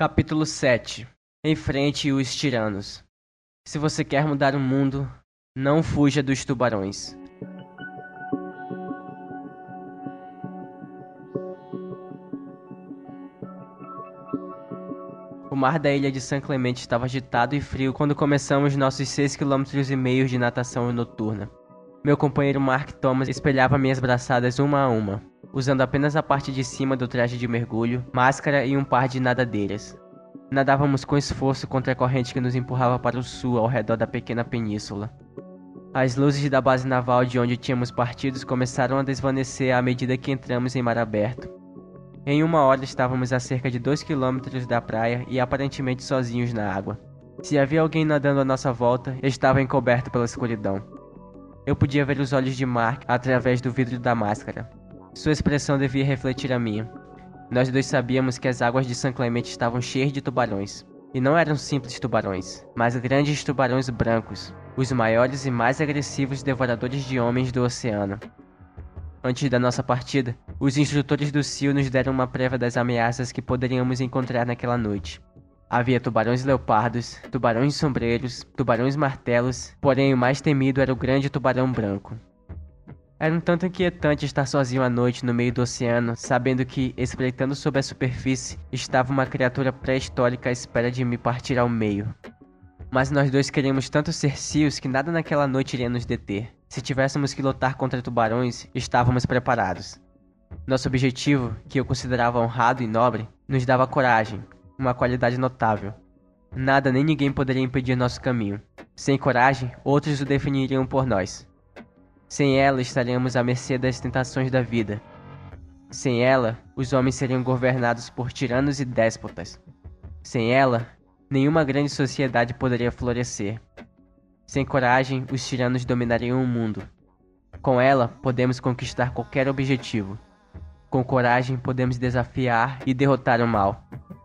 Capítulo 7. Enfrente os tiranos. Se você quer mudar o mundo, não fuja dos tubarões. O mar da ilha de San Clemente estava agitado e frio quando começamos nossos 6,5 km de natação noturna. Meu companheiro Mark Thomas espelhava minhas braçadas uma a uma, usando apenas a parte de cima do traje de mergulho, máscara e um par de nadadeiras. Nadávamos com esforço contra a corrente que nos empurrava para o sul ao redor da pequena península. As luzes da base naval de onde tínhamos partido começaram a desvanecer à medida que entramos em mar aberto. Em 1 hora estávamos a cerca de 2 quilômetros da praia e aparentemente sozinhos na água. Se havia alguém nadando à nossa volta, estava encoberto pela escuridão. Eu podia ver os olhos de Mark através do vidro da máscara. Sua expressão devia refletir a minha. Nós dois sabíamos que as águas de San Clemente estavam cheias de tubarões. E não eram simples tubarões, mas grandes tubarões brancos, os maiores e mais agressivos devoradores de homens do oceano. Antes da nossa partida, os instrutores do CIO nos deram uma prévia das ameaças que poderíamos encontrar naquela noite. Havia tubarões leopardos, tubarões sombreiros, tubarões martelos, porém o mais temido era o grande tubarão branco. Era um tanto inquietante estar sozinho à noite no meio do oceano, sabendo que, espreitando sob a superfície, estava uma criatura pré-histórica à espera de me partir ao meio. Mas nós dois queríamos tanto ser CIOs que nada naquela noite iria nos deter. Se tivéssemos que lutar contra tubarões, estávamos preparados. Nosso objetivo, que eu considerava honrado e nobre, nos dava coragem, uma qualidade notável. Nada nem ninguém poderia impedir nosso caminho. Sem coragem, outros o definiriam por nós. Sem ela, estaríamos à mercê das tentações da vida. Sem ela, os homens seriam governados por tiranos e déspotas. Sem ela, nenhuma grande sociedade poderia florescer. Sem coragem, os tiranos dominariam o mundo. Com ela, podemos conquistar qualquer objetivo. Com coragem, podemos desafiar e derrotar o mal.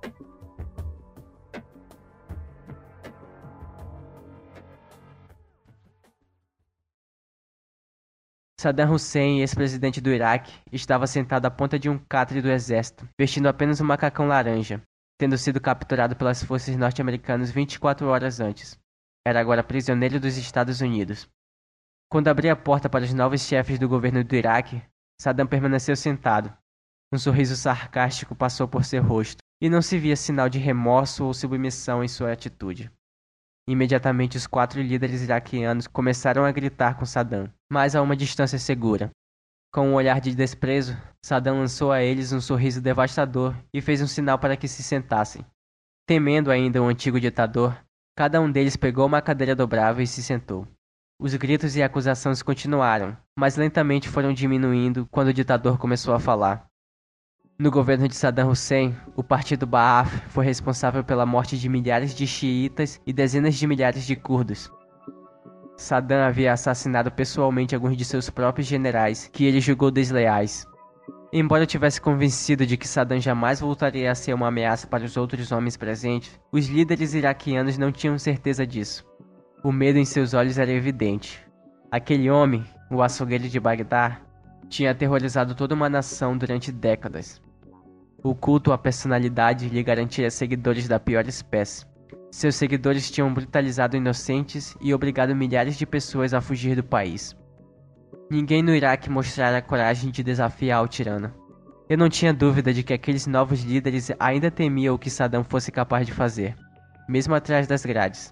Saddam Hussein, ex-presidente do Iraque, estava sentado à ponta de um catre do exército, vestindo apenas um macacão laranja, tendo sido capturado pelas forças norte-americanas 24 horas antes. Era agora prisioneiro dos Estados Unidos. Quando abri a porta para os novos chefes do governo do Iraque, Saddam permaneceu sentado. Um sorriso sarcástico passou por seu rosto, e não se via sinal de remorso ou submissão em sua atitude. Imediatamente os 4 líderes iraquianos começaram a gritar com Saddam, mas a uma distância segura. Com um olhar de desprezo, Saddam lançou a eles um sorriso devastador e fez um sinal para que se sentassem. Temendo ainda o antigo ditador, cada um deles pegou uma cadeira dobrável e se sentou. Os gritos e acusações continuaram, mas lentamente foram diminuindo quando o ditador começou a falar. No governo de Saddam Hussein, o partido Ba'ath foi responsável pela morte de milhares de xiitas e dezenas de milhares de curdos. Saddam havia assassinado pessoalmente alguns de seus próprios generais, que ele julgou desleais. Embora eu tivesse convencido de que Saddam jamais voltaria a ser uma ameaça para os outros homens presentes, os líderes iraquianos não tinham certeza disso. O medo em seus olhos era evidente. Aquele homem, o açougueiro de Bagdá, tinha aterrorizado toda uma nação durante décadas. O culto à personalidade lhe garantia seguidores da pior espécie. Seus seguidores tinham brutalizado inocentes e obrigado milhares de pessoas a fugir do país. Ninguém no Iraque mostrara a coragem de desafiar o tirano. Eu não tinha dúvida de que aqueles novos líderes ainda temiam o que Saddam fosse capaz de fazer, mesmo atrás das grades.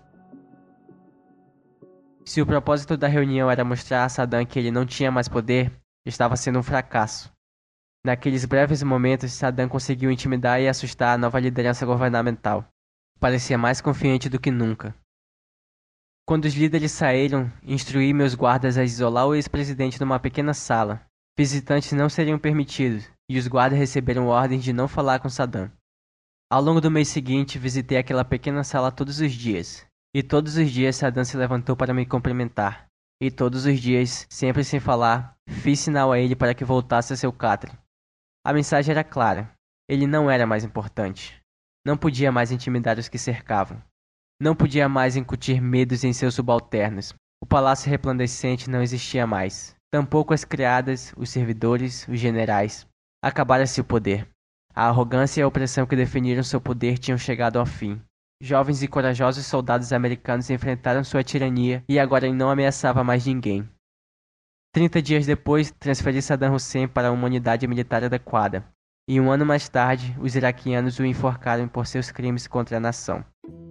Se o propósito da reunião era mostrar a Saddam que ele não tinha mais poder, estava sendo um fracasso. Naqueles breves momentos, Saddam conseguiu intimidar e assustar a nova liderança governamental. Parecia mais confiante do que nunca. Quando os líderes saíram, instruí meus guardas a isolar o ex-presidente numa pequena sala. Visitantes não seriam permitidos, e os guardas receberam ordens de não falar com Saddam. Ao longo do mês seguinte, visitei aquela pequena sala todos os dias. E todos os dias Saddam se levantou para me cumprimentar. E todos os dias, sempre sem falar, fiz sinal a ele para que voltasse a seu catre. A mensagem era clara. Ele não era mais importante. Não podia mais intimidar os que cercavam. Não podia mais incutir medos em seus subalternos. O palácio resplandecente não existia mais. Tampouco as criadas, os servidores, os generais. Acabara-se o poder. A arrogância e a opressão que definiram seu poder tinham chegado ao fim. Jovens e corajosos soldados americanos enfrentaram sua tirania e agora ele não ameaçava mais ninguém. 30 dias depois, transferi Saddam Hussein para uma unidade militar adequada. E um ano mais tarde, os iraquianos o enforcaram por seus crimes contra a nação.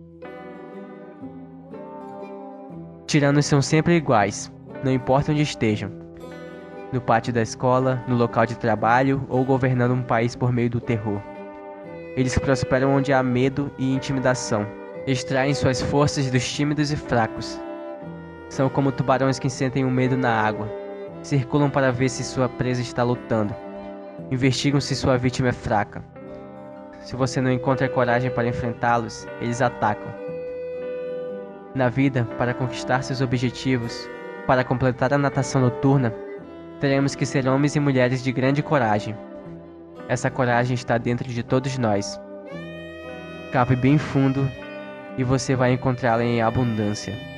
Tiranos são sempre iguais, não importa onde estejam. No pátio da escola, no local de trabalho ou governando um país por meio do terror. Eles prosperam onde há medo e intimidação. Extraem suas forças dos tímidos e fracos. São como tubarões que sentem o medo na água. Circulam para ver se sua presa está lutando. Investigam se sua vítima é fraca. Se você não encontra coragem para enfrentá-los, eles atacam. Na vida, para conquistar seus objetivos, para completar a natação noturna, teremos que ser homens e mulheres de grande coragem. Essa coragem está dentro de todos nós. Cave bem fundo e você vai encontrá-la em abundância.